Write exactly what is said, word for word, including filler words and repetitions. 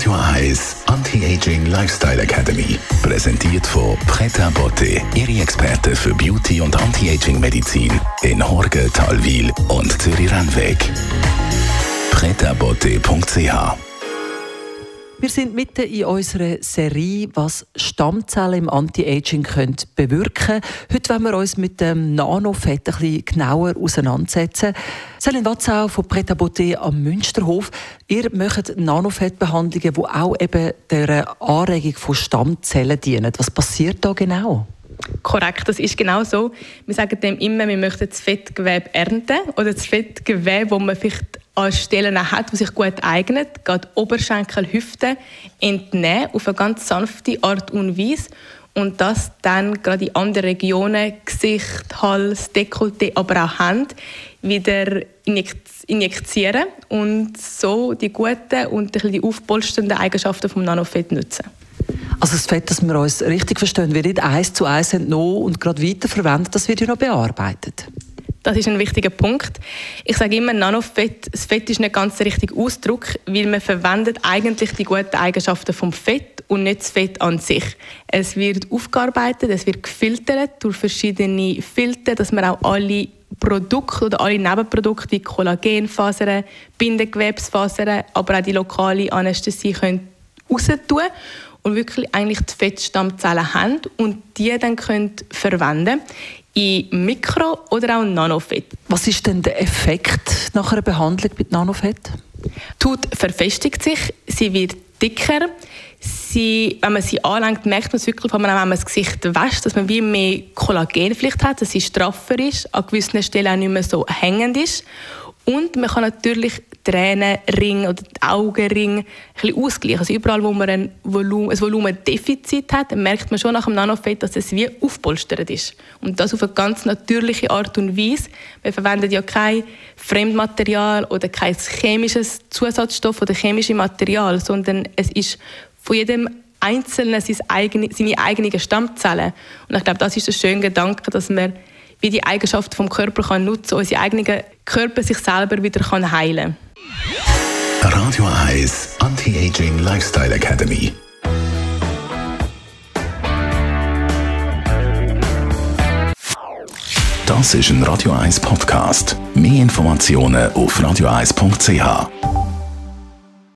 Radio eins Anti-Aging Lifestyle Academy. Präsentiert von Prêt à Botter. Ihre Experten für Beauty- und Anti-Aging-Medizin in Horgen, Talwil und Zürich-Rennweg. prêt à botter punkt c h. Wir sind mitten in unserer Serie, was Stammzellen im Anti-Aging können bewirken können. Heute wollen wir uns mit dem Nanofett ein bisschen genauer auseinandersetzen. Céline Watzau von Prêt à Botter am Münsterhof. Ihr macht Nanofettbehandlungen, die auch eben der Anregung von Stammzellen dienen. Was passiert da genau? Korrekt, das ist genau so. Wir sagen dem immer, wir möchten das Fettgewebe ernten oder das Fettgewebe, das man vielleicht an Stellen hat, die sich gut eignet, gerade Oberschenkel, Hüfte, entnehmen auf eine ganz sanfte Art und Weise und das dann gerade in anderen Regionen, Gesicht, Hals, Dekolleté, aber auch Hände, wieder injizieren und so die guten und die aufpolsternden Eigenschaften des Nanofett nutzen. Also das Fett, dass wir uns richtig verstehen, wird nicht eins zu eins entnommen und gerade weiterverwendet, das wird ja noch bearbeitet. Das ist ein wichtiger Punkt. Ich sage immer, Nanofett, das Fett ist nicht ganz der richtige Ausdruck, weil man verwendet eigentlich die guten Eigenschaften vom Fett und nicht das Fett an sich. Es wird aufgearbeitet, es wird gefiltert durch verschiedene Filter, dass man auch alle Produkte oder alle Nebenprodukte wie Kollagenfasern, Bindegewebsfasern, aber auch die lokale Anästhesie können raustun und wirklich eigentlich die Fettstammzellen haben und die dann können verwenden in Mikro- oder auch Nanofett. Was ist denn der Effekt nach einer Behandlung mit Nanofett? Die Haut verfestigt sich, sie wird dicker. Sie, wenn man sie anlenkt, merkt man es wirklich, wenn man das Gesicht wäscht, dass man wie mehr Kollagenpflicht hat, dass sie straffer ist, an gewissen Stellen auch nicht mehr so hängend ist. Und man kann natürlich Tränenring oder Augenring ein bisschen ausgleichen. Also überall, wo man ein, Volum- ein Volumendefizit hat, merkt man schon nach dem Nanofett, dass es wie aufpolstert ist. Und das auf eine ganz natürliche Art und Weise. Wir verwenden ja kein Fremdmaterial oder kein chemisches Zusatzstoff oder chemisches Material, sondern es ist von jedem Einzelnen seine eigenen, seine eigenen Stammzellen. Und ich glaube, das ist der schöne Gedanke, dass man wie die Eigenschaften vom Körper kann nutzen, unsere eigenen Körper sich selber wieder kann heilen. Radio eins Anti-Aging Lifestyle Academy. Das ist ein Radio eins Podcast. Mehr Informationen auf radio eins punkt c h.